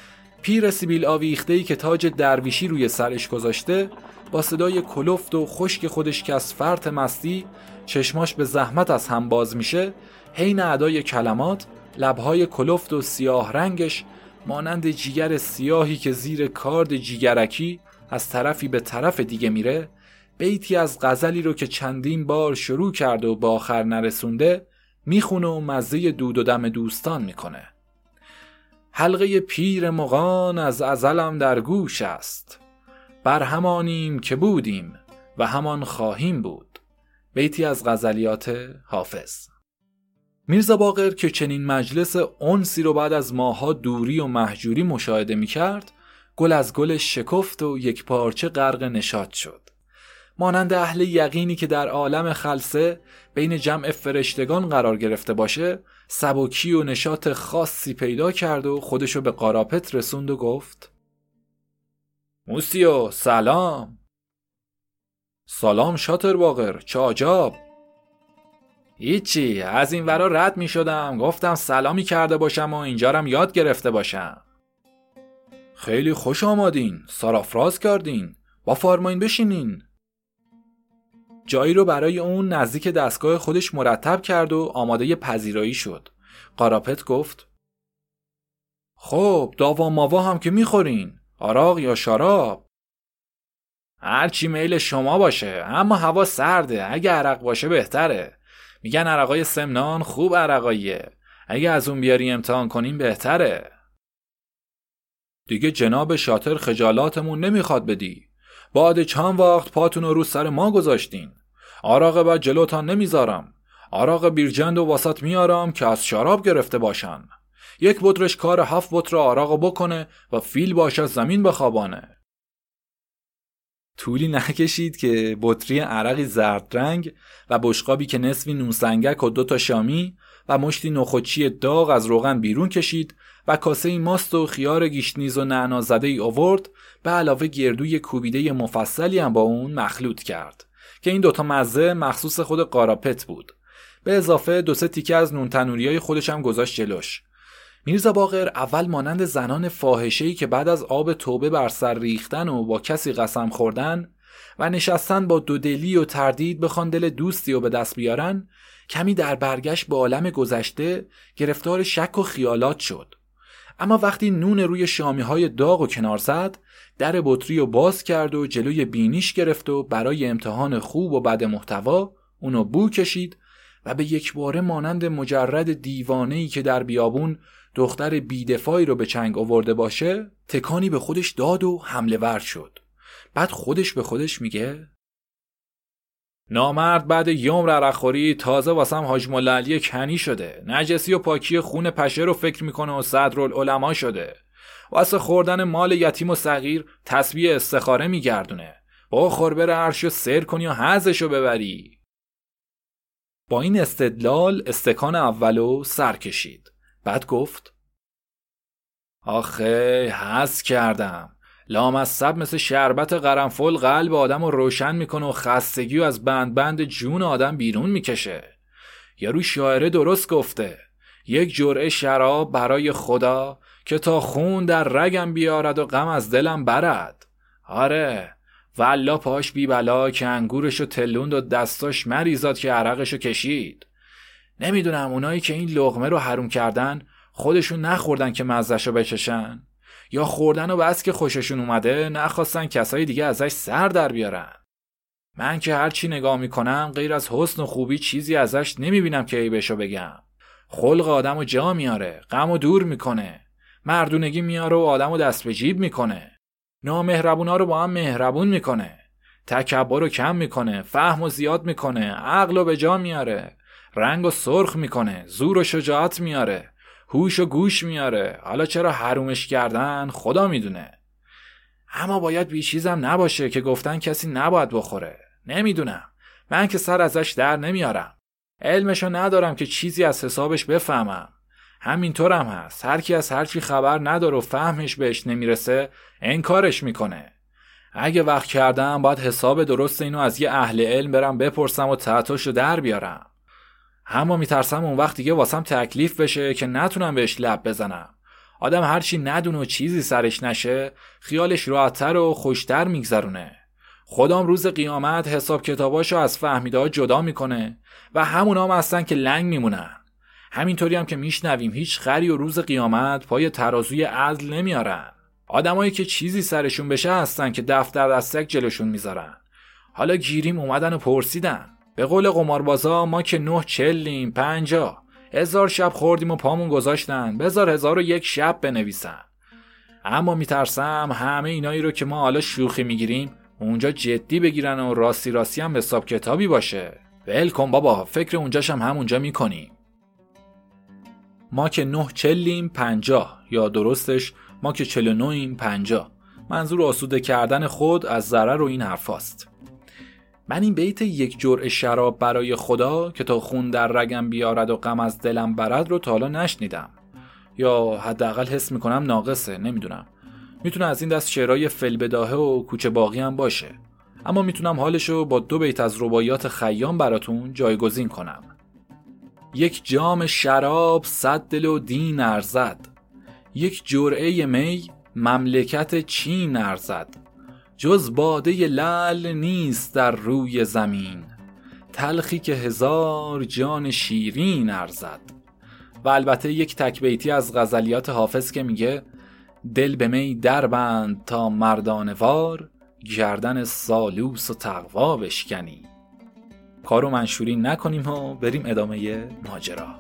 پیر سیبیل آویخته‌ای که تاج درویشی روی سرش گذاشته با صدای کلفت و خشک خودش که از فرط مستی چشماش به زحمت از هم باز میشه، حین ادای کلمات لبهای کلفت و سیاه رنگش مانند جیگر سیاهی که زیر کارد جیگرکی از طرفی به طرف دیگه میره، بیتی از غزلی رو که چندین بار شروع کرده و به آخر نرسونده میخونه و مزه دود و دم دوستان میکنه. حلقه پیر مغان از ازلم در گوش است، بر همانیم که بودیم و همان خواهیم بود. بیتی از غزلیات حافظ. میرزا باقر که چنین مجلس انسی رو بعد از ماها دوری و مهجوری مشاهده میکرد، گل از گلش شکفت و یک پارچه غرق نشاط شد. مانند اهل یقینی که در عالم خلسه بین جمع فرشتگان قرار گرفته باشه، سبکی و نشاط خاصی پیدا کرد و خودشو به قاراپت رسوند و گفت: موسیو سلام. سلام شاطر باقر، چه عجب. هیچی، از این ورا رد می شدم، گفتم سلامی کرده باشم و اینجا رم یاد گرفته باشم. خیلی خوش آمدین، سرافراز کردین، با فرمایین بشینین. جایی رو برای اون نزدیک دستگاه خودش مرتب کرد و آماده پذیرایی شد. قاراپت گفت: خب داوا ماوا هم که میخورین، عراق یا شراب؟ هرچی میل شما باشه، اما هوا سرده، اگه عرق باشه بهتره. میگن عرقای سمنان خوب عرقاییه، اگه از اون بیاری امتحان کنیم بهتره. دیگه جناب شاطر خجالاتمون نمیخواد بدی. بعد چند وقت پاتون رو سر ما گذاشتین. عراق بعد جلوتان نمیذارم. عراق بیرجند و واسط میارم که از شراب گرفته باشن. یک بطرش کار 7 بطر عراق بکنه و فیل باشه زمین بخوابانه. طولی نکشید که بطری عرقی زرد رنگ و بشقابی که نصفی نونسنگک و 2 شامی و مشتی نخودچی داغ از روغن بیرون کشید و کاسه ماست و خیار گیشنیز و نعنا زده ای آورد، به علاوه گردوی کوبیده مفصلی هم با اون مخلوط کرد که این 2 مزه مخصوص خود قاراپت بود. به اضافه 2-3 تیکه از نون تنوریای خودش هم گذاشت جلوش. میرزا باقر اول مانند زنان فاحشه‌ای که بعد از آب توبه بر سر ریختن و با کسی قسم خوردن و نشستن با دودلی و تردید بخوان دل دوستی رو به دست بیارن، کمی در برگشت به عالم گذشته گرفتار شک و خیالات شد. اما وقتی نون روی شامی‌های داغ و کنار زد، در بطری رو باز کرد و جلوی بینیش گرفت و برای امتحان خوب و بد محتوا اونو بو کشید و به یک باره مانند مجرد دیوانه‌ای که در بیابون دختر بیدفاعی رو به چنگ آورده باشه تکانی به خودش داد و حمله ور شد. بعد خودش به خودش میگه نامرد بعد یوم ررخوری تازه واسم حاج مولا علی کنی شده، نجسی و پاکی خون پشه رو فکر میکنه و صدرالعلما شده، واسه خوردن مال یتیم و صغیر تسبیح استخاره میگردونه، با خوربر عرشو سر کنی و حظشو ببری. با این استدلال استکان اولو سر کشید. بعد گفت آخه حظ کردم، لامصب مثل شربت قرنفل قلب آدم رو روشن میکنه و خستگی رو از بند جون آدم بیرون میکشه. یارو شاعره درست گفته، یک جرعه شراب برای خدا که تا خون در رگم بیارد و غم از دلم برد. آره والله پاش بی بلا که انگورشو تلوند و دستاش مریزاد که عرقشو کشید. نمیدونم اونایی که این لقمه رو حروم کردن خودشون نخوردن که مزهشو بچشن، یا خوردن و بس که خوششون اومده نخواستن کسای دیگه ازش سر در بیارن. من که هرچی نگاه میکنم غیر از حسن و خوبی چیزی ازش نمیبینم که عیبشو بگم. خلق آدمو جا میاره، غمو دور میکنه، مردونگی میاره و آدمو دست به جیب میکنه، نامهربونا رو با هم مهربون میکنه، تکبر رو کم میکنه، فهمو زیاد میکنه، عقلو به جا میاره، رنگو سرخ میکنه، زور و شجاعت میاره، هوش و گوش میاره. حالا چرا حرومش کردن خدا میدونه. اما باید بیچیزم نباشه که گفتن کسی نباید بخوره. نمیدونم، من که سر ازش در نمیارم، علمشو ندارم که چیزی از حسابش بفهمم. همینطورم هست، هر کی از هر چی خبر نداره و فهمش بهش نمیرسه انکارش میکنه. اگه وقت کردم باید حساب درست اینو از یه اهل علم برم بپرسم و تعطاشو در بیارم. اما میترسم اون وقت دیگه واسم تکلیف بشه که نتونم بهش لب بزنم. آدم هرچی ندونه و چیزی سرش نشه خیالش راحت‌تر و خوشتر میگذرونه. خدام روز قیامت حساب کتاباشو از فهمیده‌ها جدا میکنه و همونا هم هستن که لنگ میمونن. همینطوری هم که میشنویم هیچ خری و روز قیامت پای ترازوی عدل نمیارن. آدمایی که چیزی سرشون بشه هستن که دفتر دستک جلوشون میذارن. حالا گیریم اومدن و پرسیدن. به قول قماربازا ما که 9 چلیم 50 1000 شب خوردیم و پامون گذاشتن، بذار 1001 شب بنویسن. اما میترسم همه اینایی رو که ما حالا شوخی میگیریم اونجا جدی بگیرن و راستی هم حساب کتابی باشه. ول کن بابا، فکر اونجاش هم همونجا میکنیم. ما که 9 چلیم 50 یا درستش ما که 49 50. منظور آسوده کردن خود از ضرر و این حرفاست. من این بیت یک جرعه شراب برای خدا که تا خون در رگم بیارد و غم از دلم برد رو تا حالا نشنیدم، یا حداقل حس میکنم ناقصه. نمیدونم، میتونه از این دست شعرهای فلبداهه و کوچه باقی هم باشه. اما میتونم حالشو با 2 بیت از رباعیات خیام براتون جایگزین کنم. یک جام شراب 100 دل و دین ارزد، یک جرعه می مملکت چین ارزد. جز باده لعل نیست در روی زمین، تلخی که 1000 جان شیرین ارزد. و البته یک تکبیتی از غزلیات حافظ که میگه دل به می دربند تا مردانه وار، گردن سالوس و تقوا بشکنی. کارو منشوری نکنیم و بریم ادامه ماجرا.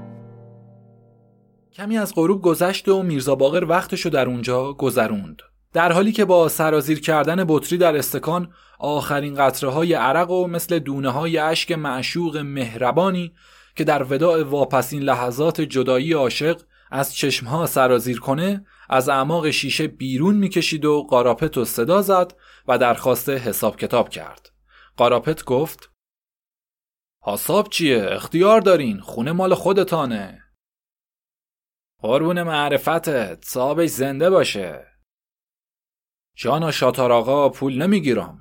کمی از غروب گذشت و میرزا باقر وقتشو در اونجا گذروند. در حالی که با سرازیر کردن بطری در استکان آخرین قطره‌های عرق و مثل دونه‌های اشک معشوق مهربانی که در وداع واپسین لحظات جدایی عاشق از چشمها سرازیر کنه از اعماق شیشه بیرون میکشید و قاراپت رو صدا زد و درخواست حساب کتاب کرد. قاراپت گفت: حساب چیه؟ اختیار دارین، خونه مال خودتانه. قربون معرفتت، صاحبش زنده باشه. جانا شاتار آقا، پول نمیگیرم.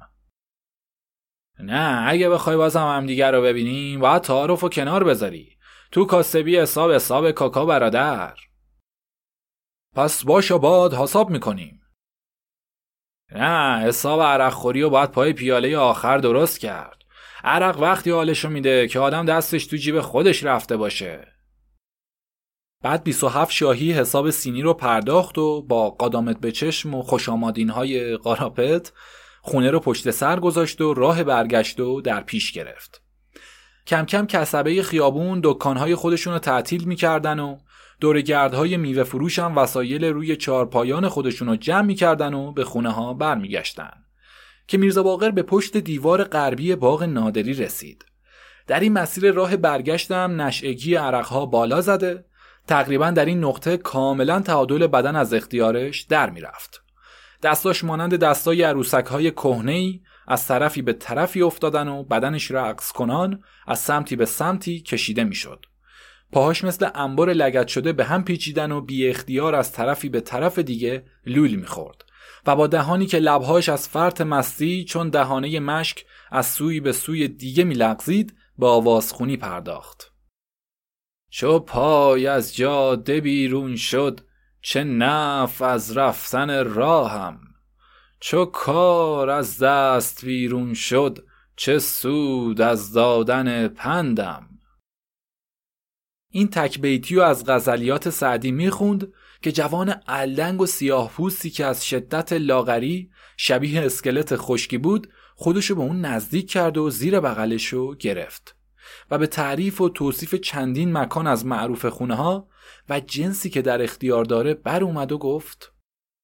نه، اگه بخوای بازم همدیگر رو ببینیم باید تعارف رو کنار بذاری. تو کاسبی حساب کاکا برادر. پس باشه، باد حساب میکنیم. نه، حساب عرق خوری رو باید پای پیاله آخر درست کرد. عرق وقتی حالشو میده که آدم دستش تو جیب خودش رفته باشه. بعد 27 شاهی حساب سینی رو پرداخت و با قدامت به چشم و خوشامادین‌های قاراپت خونه رو پشت سر گذاشت و راه برگشت و در پیش گرفت. کم کم کسبه خیابون دکان‌های خودشون رو تعطیل می‌کردن و دورگردهای میوه فروش هم وسایل روی چهارپایان خودشون رو جمع می‌کردن و به خونه‌ها برمیگشتن که میرزا باقر به پشت دیوار غربی باغ نادری رسید. در این مسیر راه برگشتم نشئگی عرق‌ها بالا زده، تقریباً در این نقطه کاملاً تعادل بدن از اختیارش در میرفت. دستاش مانند دستای عروسک‌های کهنه‌ای از طرفی به طرفی افتادن و بدنش رقص کنان از سمتی به سمتی کشیده میشد. پاهاش مثل انبار لگد شده به هم پیچیدن و بی اختیار از طرفی به طرف دیگه لول میخورد و با دهانی که لبهاش از فرط مستی چون دهانه مشک از سوی به سوی دیگه میلغزید به آوازخونی پرداخت. چو پای از جاده بیرون شد، چه نفع از رفتن راهم. چو کار از دست بیرون شد، چه سود از دادن پندم. این تک بیتیو از غزلیات سعدی میخوند که جوان الدنگ و سیاه پوستی که از شدت لاغری شبیه اسکلت خشکی بود خودشو به اون نزدیک کرد و زیر بغلشو گرفت و به تعریف و توصیف چندین مکان از معروف خونه ها و جنسی که در اختیار داره بر اومد و گفت: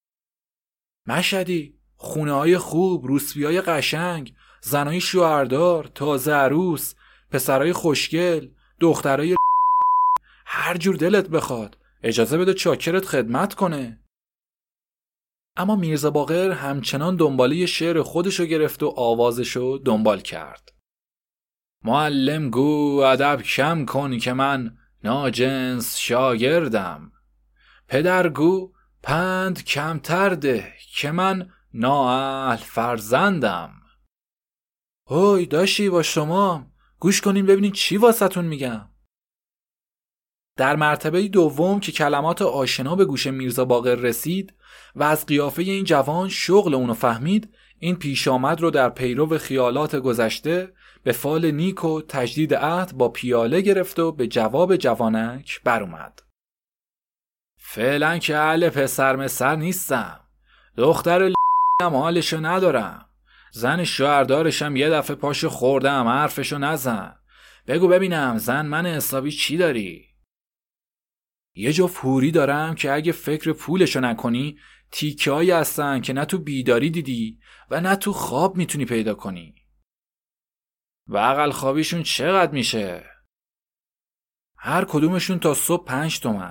مشهدی، خونه های خوب، روسبی های قشنگ، زنای شوهردار، تازه عروس، پسرای خوشگل، دخترای هر جور دلت بخواد، اجازه بده چاکرت خدمت کنه. اما میرزا باقر همچنان دنباله شعر خودشو گرفت و آوازشو دنبال کرد. معلم گو ادب کم کن که من ناجنس شاگردم. پدر گو پند کمتر ده که من نااهل فرزندم. هوی داشتی با شما، گوش کنین ببینین چی واسهتون میگم. در مرتبه دوم که کلمات آشنا به گوش میرزا باقر رسید و از قیافه این جوان شغل اونو فهمید، این پیش آمد رو در پیرو خیالات گذشته به فال نیک و تجدید عهد با پیاله گرفت و به جواب جوانک بر اومد. فعلا که اهل پسر مسر نیستم، دختر هم حالشو ندارم، زن شوهردارشم یه دفعه پاشو خوردم، حرفشو نزن، بگو ببینم زن من حسابی چی داری؟ یه جا فوری دارم که اگه فکر پولشو نکنی تیکه هایی هستن که نه تو بیداری دیدی و نه تو خواب میتونی پیدا کنی. و اقل خوابیشون چقدر میشه؟ هر کدومشون تا صبح 5 تومن.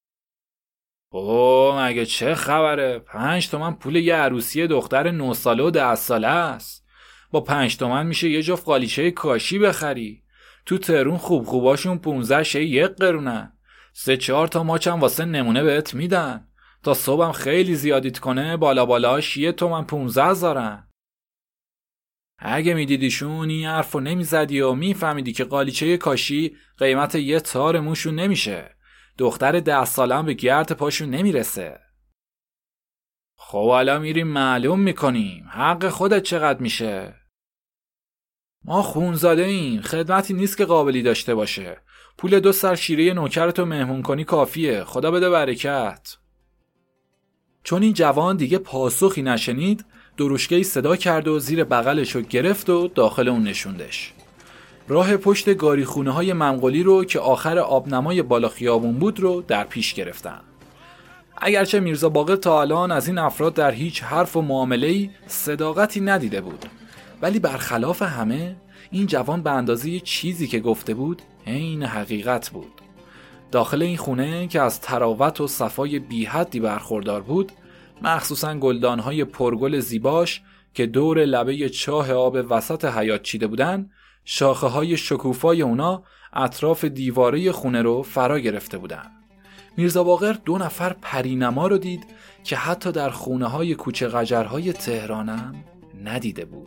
اوه مگه چه خبره؟ 5 تومن پول یه عروسی دختر 9 ساله و 10 ساله است. با 5 تومن میشه یه جفت قالیچه کاشی بخری. تو تهرون خوباشون 15 شه 1 قرونه. 3-4 تا ماچم واسه نمونه بهت میدن. تا صبحم خیلی زیادیت کنه بالاش 1 تومن 15 زارن. اگه میدیدیشون این حرفو نمیزدی و میفهمیدی که قالیچه کاشی قیمت 1 تار موشون نمیشه. دختر 10 ساله هم به گرد پاشون نمیرسه. خب حالا میریم معلوم میکنیم حق خودت چقدر میشه. ما خونزاده ایم، خدمتی نیست که قابلی داشته باشه. پول 2 سر شیره نوکرتو مهمون کنی کافیه، خدا بده برکت. چون این جوان دیگه پاسخی نشنید، دروشگهی صدا کرد و زیر بغلشو گرفت و داخل اون نشوندش. راه پشت گاری خونه های منقلی رو که آخر آبنمای بالا خیابون بود رو در پیش گرفتن. اگرچه میرزا باقر تا الان از این افراد در هیچ حرف و معامله‌ای صداقتی ندیده بود، ولی برخلاف همه این جوان به اندازه چیزی که گفته بود عین حقیقت بود. داخل این خونه که از تراوت و صفای بی حدی برخوردار بود، مخصوصاً گلدان‌های پرگل زیباش که دور لبه چاه آب وسط حیاط چیده بودن، شاخه‌های شکوفای اونا اطراف دیواره خونه رو فرا گرفته بودن. میرزا باقر 2 نفر پرینما رو دید که حتی در خونه‌های کوچه قجرهای تهرانم ندیده بود.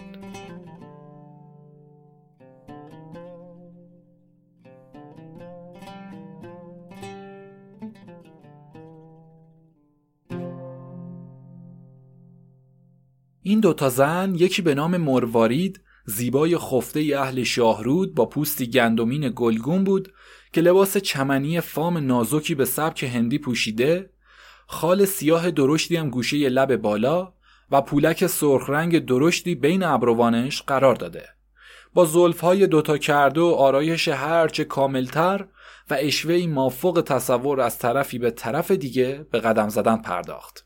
این 2 زن، یکی به نام مروارید، زیبای خفته اهل شاهرود با پوستی گندمین گلگون بود که لباس چمنی فام نازکی به سبک هندی پوشیده، خال سیاه درشتی هم گوشه لب بالا و پولک سرخ رنگ درشتی بین ابروانش قرار داده. با زلفهای 2 کرده و آرایش هرچه کاملتر و اشوهی مافوق تصور از طرفی به طرف دیگه به قدم زدن پرداخت.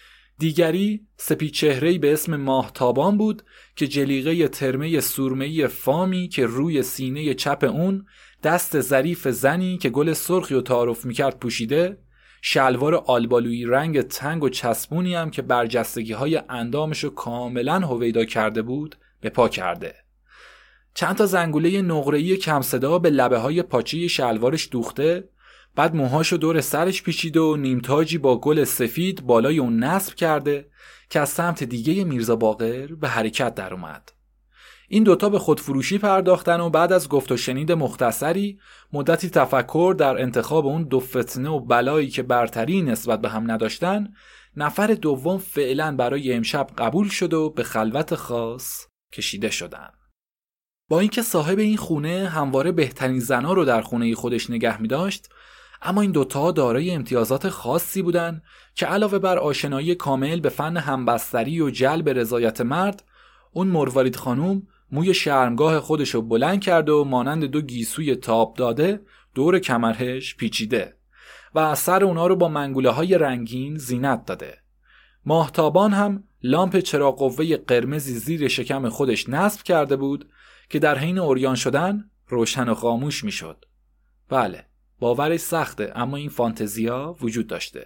دیگری سپید چهره‌ای به اسم ماهتابان بود که جلیقه ترمه سورمه‌ای فامی که روی سینه چپ اون دست ظریف زنی که گل سرخی رو تعارف میکرد پوشیده، شلوار آلبالویی رنگ تنگ و چسبونی هم که برجستگی‌های اندامشو کاملاً هویدا کرده بود به پا کرده. چند تا زنگوله نقره‌ای کم صدا به لبه‌های پاچه شلوارش دوخته، بعد موهاشو دور سرش پیچید و نیمتاجی با گل سفید بالای اون نصب کرده که از سمت دیگه میرزا باقر به حرکت در اومد. این 2 به خودفروشی پرداختن و بعد از گفت و شنید مختصری مدتی تفکر در انتخاب اون 2 فتنه و بلایی که برتری نسبت به هم نداشتن، نفر دوم فعلا برای امشب قبول شد و به خلوت خاص کشیده شدن. با اینکه صاحب این خونه همواره بهترین زنا رو در خونه خودش نگه می داشت، اما این 2 دارای امتیازات خاصی بودن که علاوه بر آشنایی کامل به فن همبستری و جلب رضایت مرد، اون مروارید خانوم موی شرمگاه خودشو بلند کرد و مانند 2 گیسوی تاب داده دور کمرش پیچیده و از سر اونا رو با منگوله های رنگین زینت داده. ماهتابان هم لامپ چراغ قوه قرمزی زیر شکم خودش نصب کرده بود که در حین عریان شدن روشن و خاموش میشد. بله، باورش سخته اما این فانتزیا وجود داشته.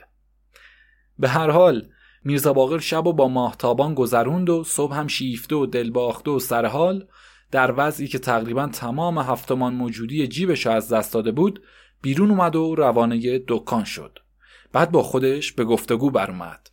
به هر حال میرزا باقر شب و با ماهتابان گذروند و صبح هم شیفته و دلباخته و سرحال در وضعی که تقریبا تمام 7 تومان موجودی جیبش از دست داده بود بیرون اومد و روانه دکان شد. بعد با خودش به گفتگو برآمد.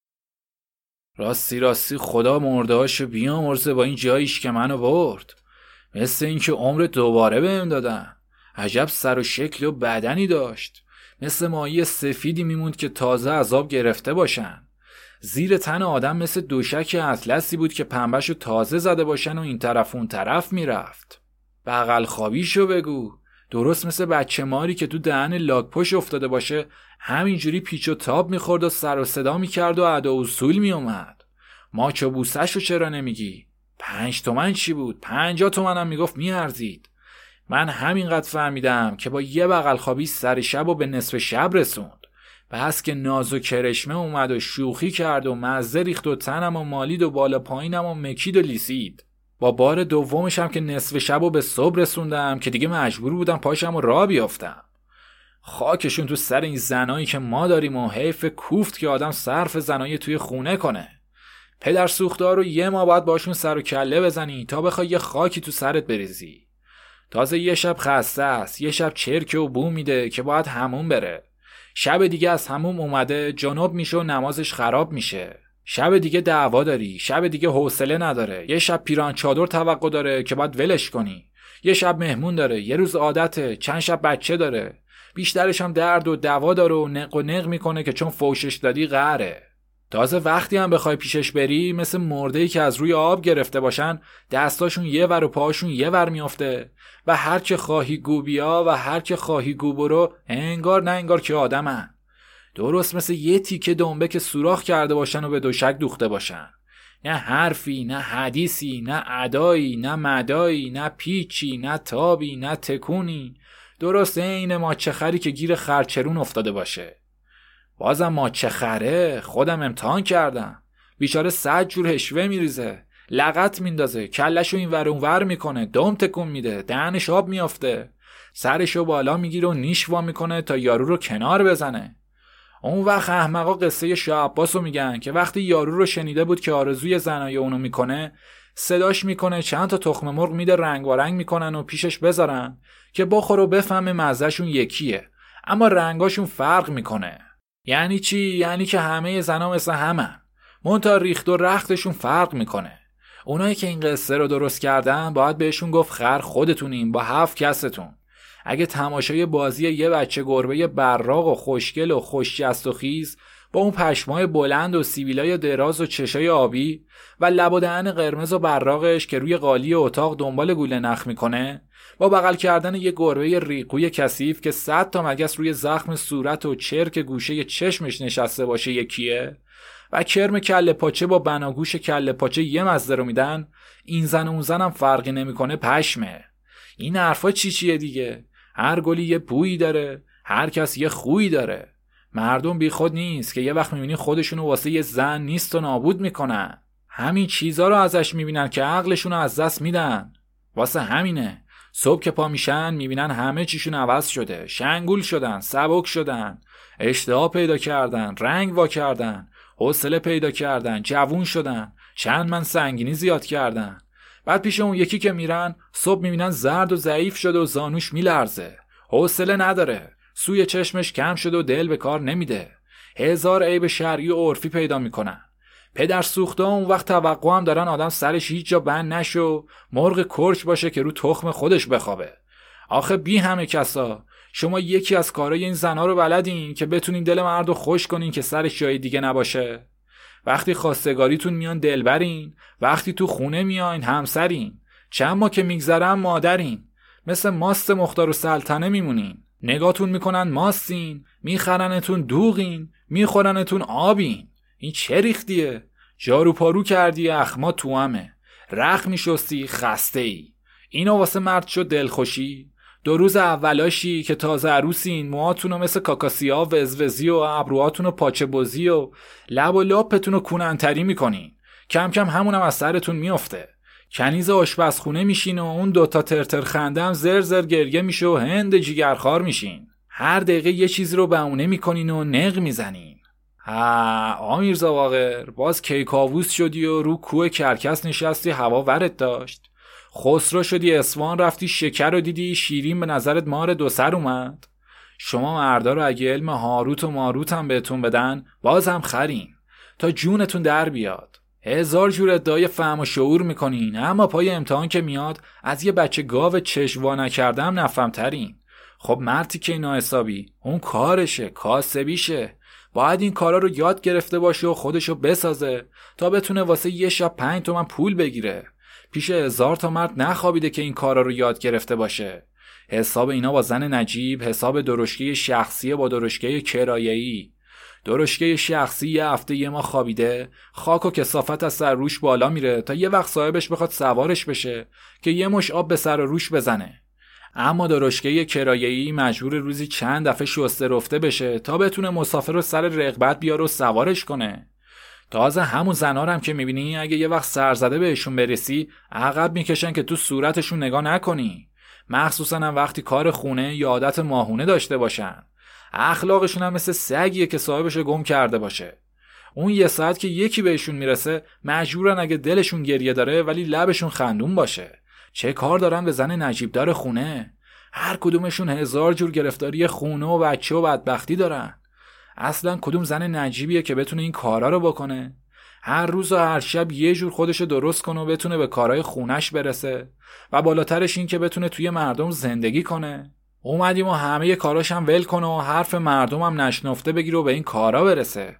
راستی خدا مردهاشو بیامرزه با این جاییش که منو برد. مثل اینکه عمر دوباره بهم دادن. عجب سر و شکل و بدنی داشت. مثل ماهی سفیدی میموند که تازه عذاب گرفته باشن. زیر تن آدم مثل دوشک اطلسی بود که پنبهشو تازه زده باشن و این طرف اون طرف میرفت. بغل خوابیشو بگو. درست مثل بچه ماری که تو دهن لاک‌پشت افتاده باشه همینجوری پیچ و تاب میخورد و سر و صدا میکرد و ادا اصول میومد. ماچ و بوسه‌شو چرا نمیگی؟ 5 تومن چی بود؟ 50 تومن هم میگفت میارزید. من همینقدر فهمیدم که با یه بغل خوابی سر شب و به نصف شب رسوند. بس که ناز و کرشمه اومد و شوخی کرد و مزه ریخت و تنم و مالید و بالا پایینم و مکید و لیسید. با بار دومشم که نصف شب و به صبح رسوندم که دیگه مجبور بودم پاشم و راه بیافتم. خاکشون تو سر این زنایی که ما داریم و حیف کوفت که آدم صرف زنایی توی خونه کنه. پدر سوختار رو 1 ماه باید باشون سر و کله بزنی تا بخوای یه خاکی تو سرت بریزی. تازه یه شب خسته است، یه شب چرک و بو میده که باید حموم بره. شب دیگه از حموم اومده جنوب میشه و نمازش خراب میشه. شب دیگه دعوا داری، شب دیگه حوصله نداره. یه شب پیران چادر توقع داره که باید ولش کنی. یه شب مهمون داره، یه روز عادته، چند شب بچه داره. بیشترش هم درد و دوا داره و نق میکنه که چون فوشش دادی قهره. تازه وقتی هم بخوای پیشش بری مثل مرده‌ای که از روی آب گرفته باشن، دستاشون یه ور و پاهاشون یه ور میافته و هر که خواهی گو بیا و هر که خواهی گو برو، انگار نه انگار که آدمن. درست مثل یه تیکه دنبه که سوراخ کرده باشن و به دوشک دوخته باشن. نه حرفی، نه حدیثی، نه ادایی، نه مدایی، نه پیچی، نه تابی، نه تکونی. درست عین ماچه خری که گیر خرچرون افتاده باشه. بازم ما چه خره، خودم امتحان کردم. بیچاره 100 جور هشوه میریزه، لغت میندازه، کلشو این ور اون ور میکنه، دم تکون میده، دهنش آب میافته، سرشو بالا میگیره و نیش وا میکنه تا یارو رو کنار بزنه. اون وقت احمقا قصه شاه عباسو میگن که وقتی یارو رو شنیده بود که آرزوی زنای اونو میکنه، صداش میکنه، چند تا تخم مرغ میده رنگ و رنگ میکنن و پیشش بذارن که بخوره و بفهمه مزهشون یکیه، اما رنگاشون فرق میکنه. یعنی چی؟ یعنی که همه زنا مثل همن، منتها ریخت و رختشون فرق میکنه. اونایی که این قصه رو درست کردن باید بهشون گفت خر خودتونین با 7 کستون. اگه تماشای بازی یه بچه گربه براق و خوشگل و خوشجست و خیز با اون پشمای بلند و سیبیلای دراز و چشای آبی و لب و دهن قرمز و براقش که روی قالی اتاق دنبال گوله نخ میکنه، با بغل کردن یه گربه ریقوی کثیف که 100 تا مگس روی زخم صورت و چرک گوشه چشمش نشسته باشه یکیه، و کرم کله پاچه با بناگوش کله پاچه یه مزه رو میدن، این زن و اون زن هم فرقی نمیکنه پشمه. این حرفا چیه دیگه؟ هر گلی یه بویی داره، هر کس یه خویی داره. مردم بی خود نیست که یه وقت میبینی خودشونو واسه یه زن نیست و نابود میکنن. همین چیزا رو ازش میبینن که عقلشونو از دست میدن. واسه همینه صبح که پا میشن میبینن همه چیشون عوض شده، شنگول شدن، سبک شدن، اشتها پیدا کردن، رنگ وا کردن، حوصله پیدا کردن، جوون شدن، چند من سنگینی زیاد کردن. بعد پیش اون یکی که میرن صبح میبینن زرد و ضعیف شده و زانوش میلرزه، حوصله نداره، سوی چشمش کم شده و دل به کار نمیده، 1000 عیب شرعی و عرفی پیدا میکنن. پدر سوخته اون وقت توقع هم دارن آدم سرش هیچ جا بند نشو، مرغ کرچ باشه که رو تخم خودش بخوابه. آخه بی همه کسا شما یکی از کارای این زنا رو بلدین که بتونین دل مردو خوش کنین که سرش جای دیگه نباشه؟ وقتی خواستگاریتون میان دلبرین، وقتی تو خونه میاین همسرین، چند ماه که میگذرن مادرین، مثل ماست مختار و سلطنه میمونین. نگاتون میکنن ماستین، میخرنتون دوغین، میخورنتون آبین. این چه ریختیه؟ جارو پارو کردی اخما تو همه، رخ میشستی خسته ای. اینو واسه مرد شد دلخوشی؟ 2 روز اولاشی که تازه عروسین، موهاتونو مثل کاکاسیا وزوزی و ابروهاتونو پاچه بزی و لب و لاپتونو کوننتری میکنین، کم کم همونم از سرتون میافته. کنیز آشپزخونه میشین و اون 2 تا ترتر خندم زر زر گریه میشه و هند جیگرخوار میشین. هر دقیقه یه چیزی رو بهونه میکنین و نق میزنین. آمیرزا واقر باز کیکاووس شدی و رو کوه کرکس نشستی هوا ورد داشت. خسرو شدی اصفهان رفتی شکر رو دیدی شیرین به نظرت مار 2 سر اومد. شما مردا رو اگه علم هاروت و ماروت هم بهتون بدن باز هم خرین تا جونتون در بیاد. 1000 جور ادعای فهم و شعور میکنین، اما پای امتحان که میاد از یه بچه گاو چشوا نکردم نفهم ترین. خب مردی که ناحسابی اون کارشه، کاسبیشه، باید این کارا رو یاد گرفته باشه و خودشو بسازه تا بتونه واسه یه شب 5 تومن پول بگیره. پیش 1000 تا مرد نخوابیده که این کارا رو یاد گرفته باشه. حساب اینا با زن نجیب حساب درشکه شخصی با درشکه کرایه‌ای. درشکه شخصی یه هفته یه ماه خوابیده، خاک و کثافت از سر روش بالا میره تا یه وقت صاحبش بخواد سوارش بشه که یه مش آب به سر و روش بزنه. اما درشکه کرایه‌ای مجبور روزی چند دفعه شسته رفته بشه تا بتونه مسافر رو سر رغبت بیاره و سوارش کنه. تازه همون زنارم که میبینی اگه یه وقت سرزده بهشون برسی عقب میکشن که تو صورتشون نگاه نکنی، مخصوصا هم وقتی کار خونه یا عادت ماهونه داشته باشن. اخلاقشون هم مثل سگیه که صاحبش گم کرده باشه. اون 1 ساعت که یکی بهشون میرسه مجبورن اگه دلشون گریه داره ولی لبشون خندون باشه. چه کار دارن به زن نجیب دار خونه؟ هر کدومشون 1000 جور گرفتاری خونه و بچه و بدبختی دارن. اصلا کدوم زن نجیبیه که بتونه این کارا رو بکنه؟ هر روز و هر شب یه جور خودشو درست کنه و بتونه به کارهای خونش برسه و بالاترش این که بتونه توی مردم زندگی کنه. اومدیم و همه کاراش هم ول کنه و حرف مردم هم نشنفته بگیره و به این کارا برسه.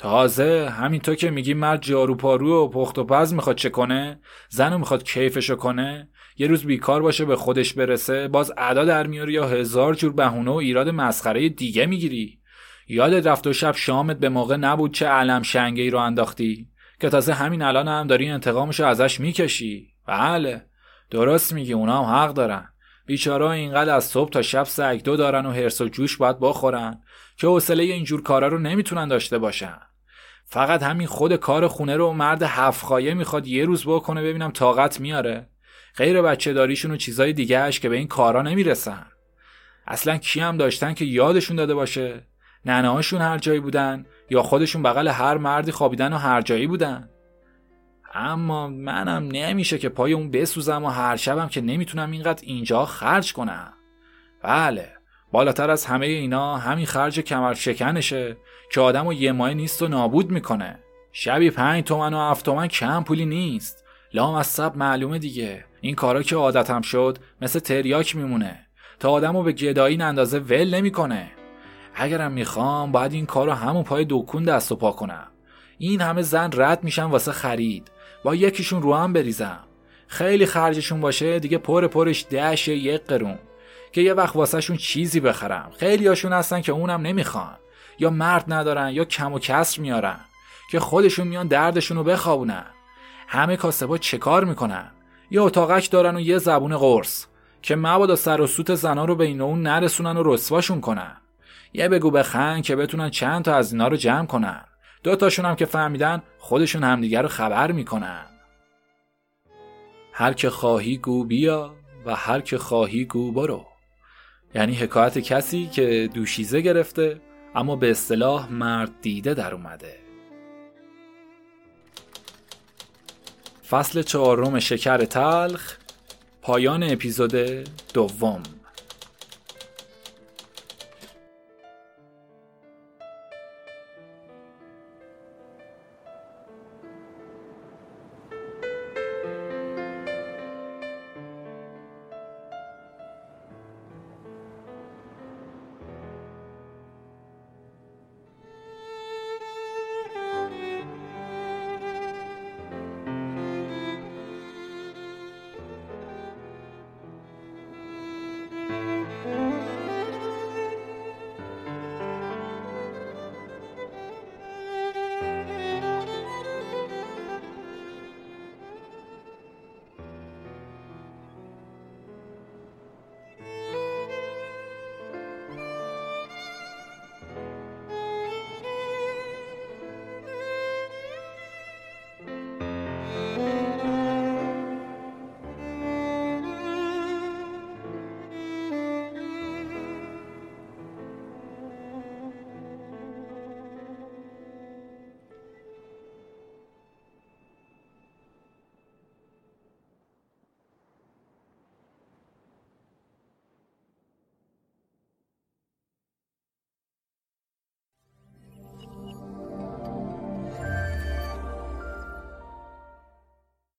تازه همینطور که میگی مرد جارو پارو و پخت و پز میخواد چه کنه، زنو میخواد کیفشو کنه، یه روز بیکار باشه به خودش برسه، باز ادا در میاری یا 1000 جور بهونه و ایراد مسخره دیگه میگیری. یادت رفت و شب شامت به موقع نبود چه علم شنگه‌ای رو انداختی که تازه همین الان هم داری انتقامشو ازش میکشی. بله درست میگی، اونا هم حق دارن. بیچاره‌ها اینقدر از صبح تا شب سگدو دارن و هرس و جوش باید بخورن که حوصله اینجور کارا رو نمیتونن داشته باشن. فقط همین خود کار خونه رو مرد 7 خایه میخواد یه روز بکنه ببینم طاقت میاره. غیر بچه داریشون و چیزای دیگه‌اش که به این کارا نمیرسن. اصلا کی هم داشتن که یادشون داده باشه؟ ننه‌هاشون هر جایی بودن یا خودشون بغل هر مردی خوابیدن و هر جایی بودن؟ اما منم نمیشه که پای اون بسوزم و هر شبم که نمیتونم اینقدر اینجا خرج کنم. بله، بالاتر از همه اینا همین خرج کمر شکنشه که آدمو یه ماه نیست و نابود میکنه. شبی 5 تومن و 7 تومن کم پولی نیست. لامصب معلومه دیگه. این کارا که عادتم شد مثل تریاک میمونه تا آدمو به گدایی اندازه ول نمیکنه. اگرم میخوام باید این کارو همون پای دکون دست و پا کنم. این همه زن رد میشن واسه خرید، با یکیشون رو هم بریزم. خیلی خرجشون باشه دیگه پرش 1 قرون که یه وقت واسه شون چیزی بخرم. خیلی هاشون هستن که اونم نمیخوان، یا مرد ندارن یا کم و کسر میارن که خودشون میان دردشون رو بخوابونن. همه کاسبا چه کار میکنن؟ یه اتاقک دارن و یه زبون قرص که مبادا سر و سوت زنا رو بین اون نرسونن و رسواشون کنن. یه بگو بخن که بتونن چند تا از اینا رو جمع کنن. 2 تاشون هم که فهمیدن خودشون همدیگر رو خبر میکنن. هر که خواهی گو بیا و هر که خواهی گو برو. یعنی حکایت کسی که دوشیزه گرفته اما به اصطلاح مرد دیده در اومده. فصل 4 شکر تلخ، پایان اپیزود 2.